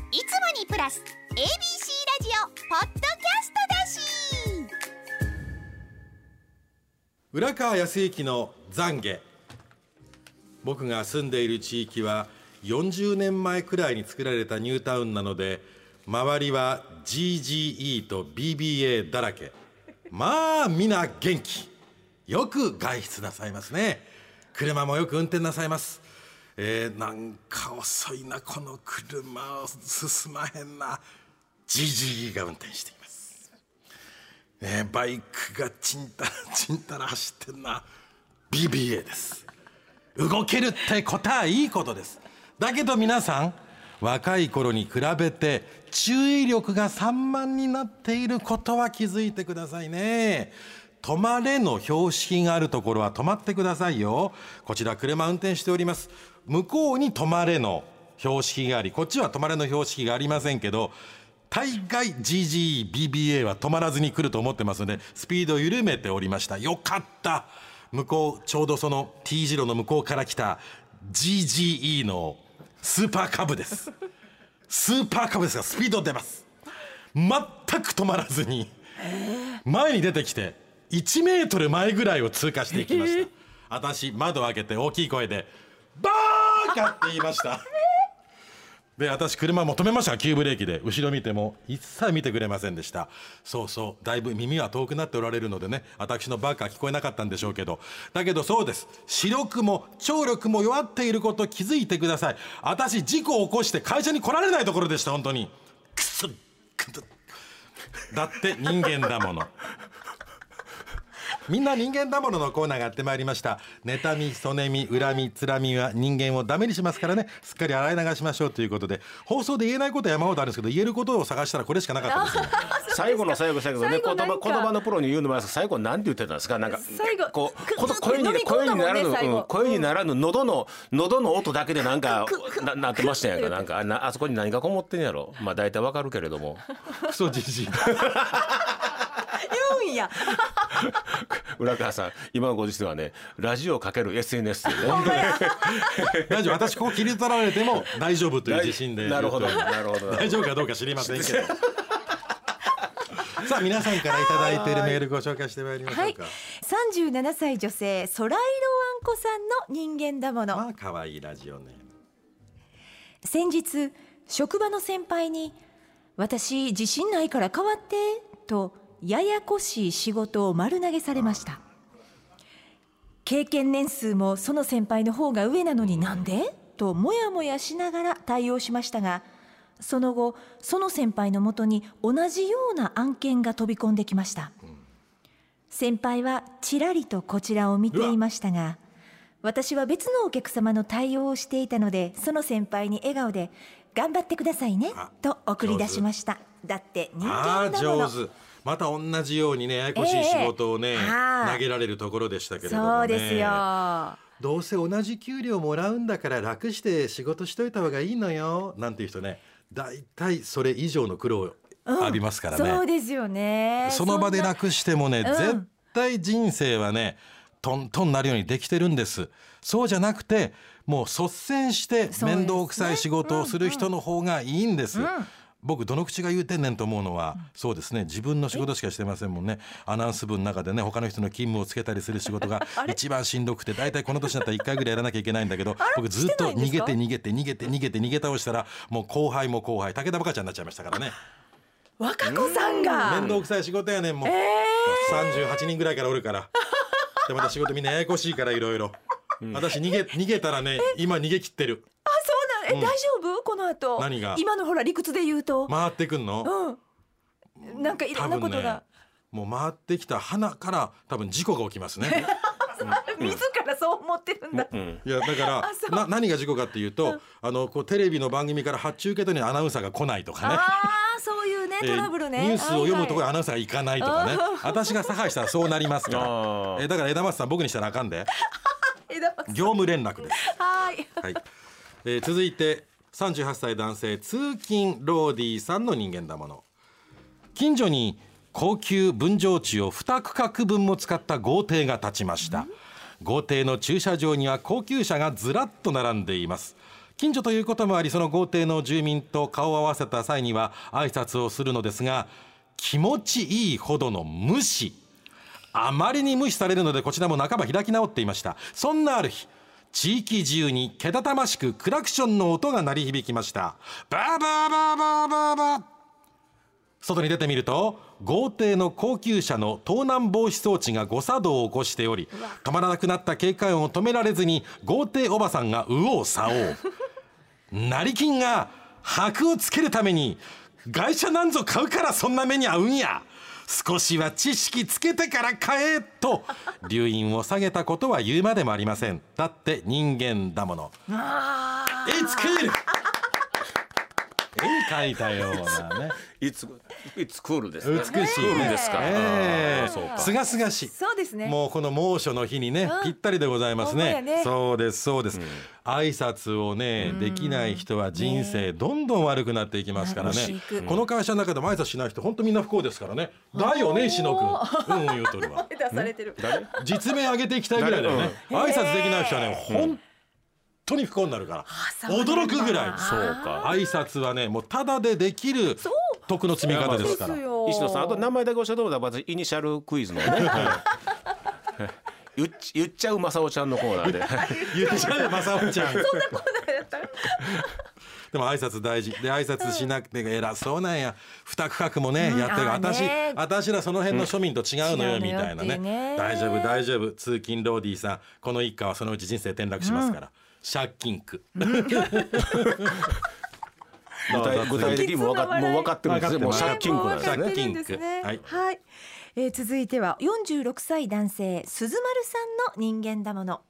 いつもにプラス ABC ラジオポッドキャストだし。 浦川康之の懺悔。僕が住んでいる地域は40年前くらいに作られたニュータウンなので、周りは GGE と BBA だらけ。まあ皆元気よく外出なさいますね。車もよく運転なさいます。なんか遅いなこの車を進まへんな。 GGE が運転しています、バイクがちんたらちんたら走ってんな。 BBA です。動けるってことはいいことです。だけど皆さん、若い頃に比べて注意力が散漫になっていることは気づいてくださいね。止まれの標識があるところは止まってくださいよ。こちら車運転しております。向こうに止まれの標識があり、こっちは止まれの標識がありませんけど、大概 GGE、BBA は止まらずに来ると思ってますので、スピードを緩めておりました。よかった。向こうちょうどその T 字路の向こうから来た GGE のスーパーカブです。スーパーカブですがスピード出ます。全く止まらずに前に出てきて1メートル前ぐらいを通過していきました。私窓を開けて大きい声でバーカって言いましたで、私車も止めましたが急ブレーキで、後ろ見ても一切見てくれませんでした。そうそう、だいぶ耳は遠くなっておられるのでね、私のバカは聞こえなかったんでしょうけど、だけどそうです、視力も聴力も弱っていることを気づいてください。私事故を起こして会社に来られないところでした。本当にくそだって人間だものみんな人間だもののコーナーがやってまいりました。妬み、そねみ、恨み、つらみは人間をダメにしますからね、すっかり洗い流しましょうということで、放送で言えないことは山ほどあるんですけど、言えることを探したらこれしかなかったんですよ最後の最後ね、言葉のプロに言うのもあるんですけど、最後なんて言ってたんですか。なんかこう声にならぬ喉の音だけでなんかなってましたやんか。なんかあそこに何がこもってんやろ。まあ大体わかるけれどもクソじじい言うんや浦川さん、今のご時世はね、ラジオかける SNS でね大丈夫、私ここ切り取られても大丈夫という自信でなるほど大丈夫かどうか知りませんけどさあ皆さんからいただいているメールご紹介してまいりましょうか。はい、 37歳女性ソライロワンコさんの人間だもの。 まあ可愛いラジオね。 先日職場の先輩に、私自信ないから代わってとややこしい仕事を丸投げされました。経験年数もその先輩の方が上なのになんでともやもやしながら対応しましたが、その後その先輩のもとに同じような案件が飛び込んできました。先輩はちらりとこちらを見ていましたが、私は別のお客様の対応をしていたので、その先輩に笑顔で頑張ってくださいねと送り出しました。だって人間だもの。 上手。また同じようにね、ややこしい仕事をね、投げられるところでしたけれどもね。 そうですよ。 どうせ同じ給料もらうんだから楽して仕事しといた方がいいのよなんていう人ね、だいたいそれ以上の苦労を浴びますからね、 そうですよね。 その場で楽してもね、絶対人生はねトントンなるようにできてるんです。そうじゃなくて、もう率先して面倒くさい仕事をする人の方がいいんです。僕どの口が言うてんねんと思うのは、そうですね、自分の仕事しかしてませんもんね。アナウンス部の中でね、他の人の勤務をつけたりする仕事が一番しんどくて、大体この年になったら1回ぐらいやらなきゃいけないんだけど、僕ずっと逃げ倒したら、もう後輩武田バカちゃんになっちゃいましたからね。 若子さんが面倒くさい仕事やねん。もう、38人ぐらいからおるからで、また仕事みんなややこしいから、いろいろ私逃げたらね、今逃げ切ってる。 大丈夫この後。 何が？ 今のほら理屈で言うと回ってくんの？ なんかいろんなことが、 もう回ってきた花から多分事故が起きますね自らそう思ってるんだ、 いやだから何が事故かっていうと、こうテレビの番組から発注受けたのにアナウンサーが来ないとかね、 そういうねトラブルね、 ニュースを読むところにアナウンサーが行かないとかね、私が差配したらそうなりますからだから枝松さん僕にしたらあかんで業務連絡です。 はい、 続いて38歳男性通勤ローディーさんの人間だもの。近所に高級分譲地を2区画分も使った豪邸が建ちました。豪邸の駐車場には高級車がずらっと並んでいます。 近所ということもあり、その豪邸の住民と顔を合わせた際には挨拶をするのですが、気持ちいいほどの無視。あまりに無視されるので、こちらも半ば開き直っていました。そんなある日、地域中にけたたましくクラクションの音が鳴り響きました。バーバーバーバーバーバー。外に出てみると、豪邸の高級車の盗難防止装置が誤作動を起こしており、止まらなくなった警戒音を止められずに、豪邸おばさんが右往左往。成金が箔をつけるために、外車なんぞ買うからそんな目に遭うんや、少しは知識つけてから買えと留飲を下げたことは言うまでもありません。だって人間だもの。It's cool。絵描いたようなね。 It's cool ですね。 美しいね。 ですか。 すがすがしい。 そうですね。 もうこの猛暑の日にね、ぴったりでございますね。そうですそうです。挨拶をねできない人は人生どんどん悪くなっていきますからね。この会社の中でも挨拶しない人本当みんな不幸ですからね。だよね石野君。言うとるわ。 出されてる。 実名上げていきたいぐらいだよね。挨拶できない人はね本当に不幸になるから。驚くぐらい。 そうか。 挨拶はねもうただでできる徳の積み方ですから。 石野さん、あと名前だけおっしゃってもらったらイニシャルクイズのね。言っちゃう正雄ちゃんのコーナーで。 言っちゃう正雄ちゃん。 そんなコーナーやった。 でも挨拶大事で、挨拶しなくて偉そうなんや。二区画もねやってる。私らその辺の庶民と違うのよみたいなね。大丈夫大丈夫。通勤ローディーさん、この一家はそのうち人生転落しますから。借金区。 具体的にもう分かってるんですね。もう借金区なんですね。 借金区。 はい。続いては46歳男性鈴丸さんの人間だもの。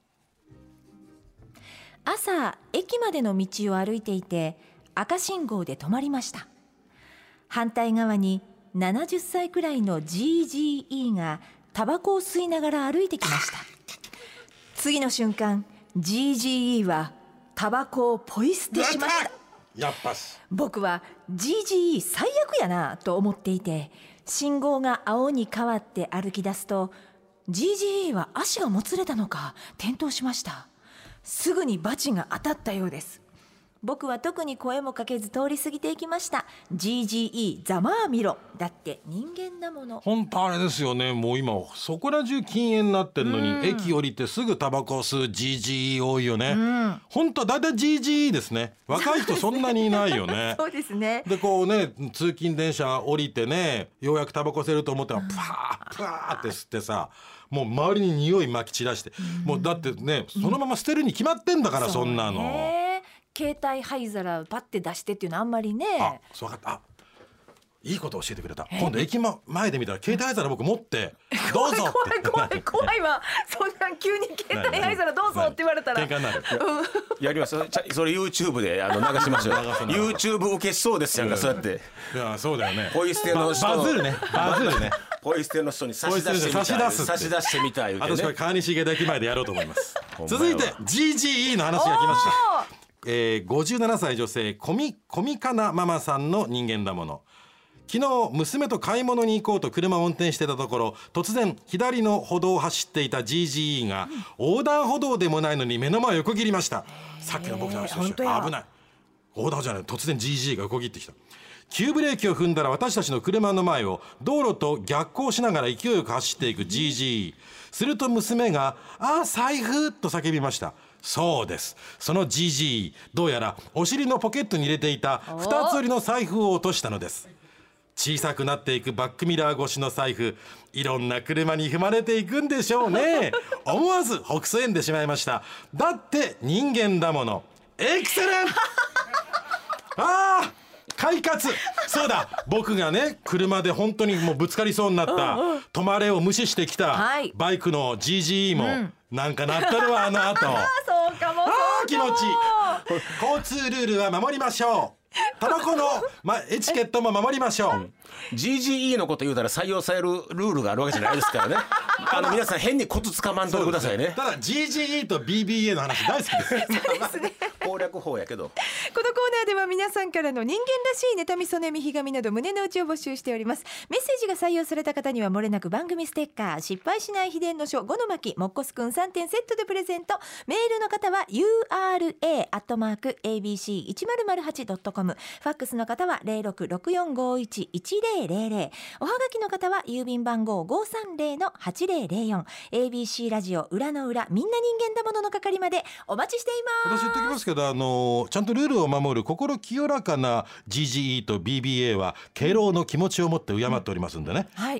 朝駅までの道を歩いていて赤信号で止まりました。反対側に70歳くらいの GGE がタバコを吸いながら歩いてきました。次の瞬間 GGE はタバコをポイ捨てしました。 やっぱし僕は GGE 最悪やなと思っていて、信号が青に変わって歩き出すと GGE は足がもつれたのか転倒しました。すぐに罰が当たったようです。僕は特に声もかけず通り過ぎていきました。 GGE ざまあみろ、だって人間だもの。 本当あれですよね。もう今そこら中禁煙になってるのに、駅降りてすぐタバコを吸う GGE 多いよね。本当はだいたい GGE ですね。若い人そんなにいないよね。 そうですね。 でこうね通勤電車降りてね、ようやくタバコ吸えると思ったらプワーって吸ってさ、もう周りに匂いまき散らして、もうだってねそのまま捨てるに決まってんだから、そんなの。 携帯灰皿パッて出してっていうのあんまりね。 そう分かった。いいこと教えてくれた。今度駅前で見たら携帯灰皿僕持ってどうぞって怖いわ。そんなん急に携帯灰皿どうぞって言われたら喧嘩になる。 やります。それ YouTube で流しましょう。YouTube 受けしそうですやんか。そうやって。 いやそうだよね。 ポイ捨ての人バズるね。 ポイ捨ての人に差し出してみたい。 私これ川西池田駅前でやろうと思います。続いて GGE の話が来ました。57歳女性コミカナママさんの人間だもの。昨日娘と買い物に行こうと車を運転してたところ、突然左の歩道を走っていた GGE が横断歩道でもないのに目の前を横切りました。さっきの僕の話と一緒。危ない。横断じゃない、突然 GGE が横切ってきた。急ブレーキを踏んだら私たちの車の前を道路と逆行しながら勢いよく走っていく GGE。すると娘が財布と叫びました。そうです。その GGE、 どうやらお尻のポケットに入れていた2つ折りの財布を落としたのです。小さくなっていくバックミラー越しの財布、いろんな車に踏まれていくんでしょうね。思わずほくそ笑んでしまいました。だって人間だもの。エクセレント。快活。そうだ、僕がね車で本当にもうぶつかりそうになった止まれを無視してきたバイクの GGE もなんかなったるわ、あの後。 そうかも。 気持ちいい。交通ルールは守りましょう。タバコの、エチケットも守りましょう。 GGE のこと言うたら採用されるルールがあるわけじゃないですからね。皆さん変にコツつかまんといてくださいね。 ただ GGE と BBA の話大好きです。 交攻略法やけど。 このコーナーでは皆さんからの人間らしい妬みそねみひがみなど胸の内を募集しております。メッセージが採用された方には漏れなく番組ステッカー、失敗しない秘伝の書5の巻もっこすくん3点セットでプレゼント。メールの方は ura@abc1008.com、 ファックスの方は 0664511000、 おはがきの方は郵便番号 530-8004、 ABC ラジオ裏の裏みんな人間だものの係までお待ちしています。 私言っておきますけど、ちゃんとルールを守る心清らかな GGE と BBA は敬老の気持ちを持って敬っておりますんでね、 はい。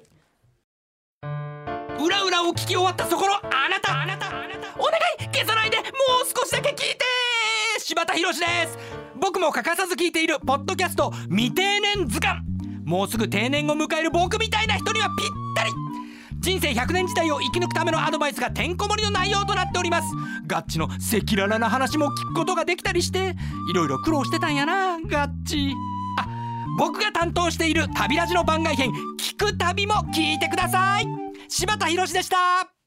裏裏を聞き終わったそこのあなた、お願い消さないで、もう少しだけ聞いて。柴田博です。僕も欠かさず聞いているポッドキャスト未定年図鑑。もうすぐ定年を迎える僕みたいな人にはぴったり。人生100年時代を生き抜くためのアドバイスがてんこ盛りの内容となっております。ガッチの赤裸々な話も聞くことができたりして、いろいろ苦労してたんやなガッチ。僕が担当している旅ラジの番外編聞く旅も聞いてください。柴田博でした。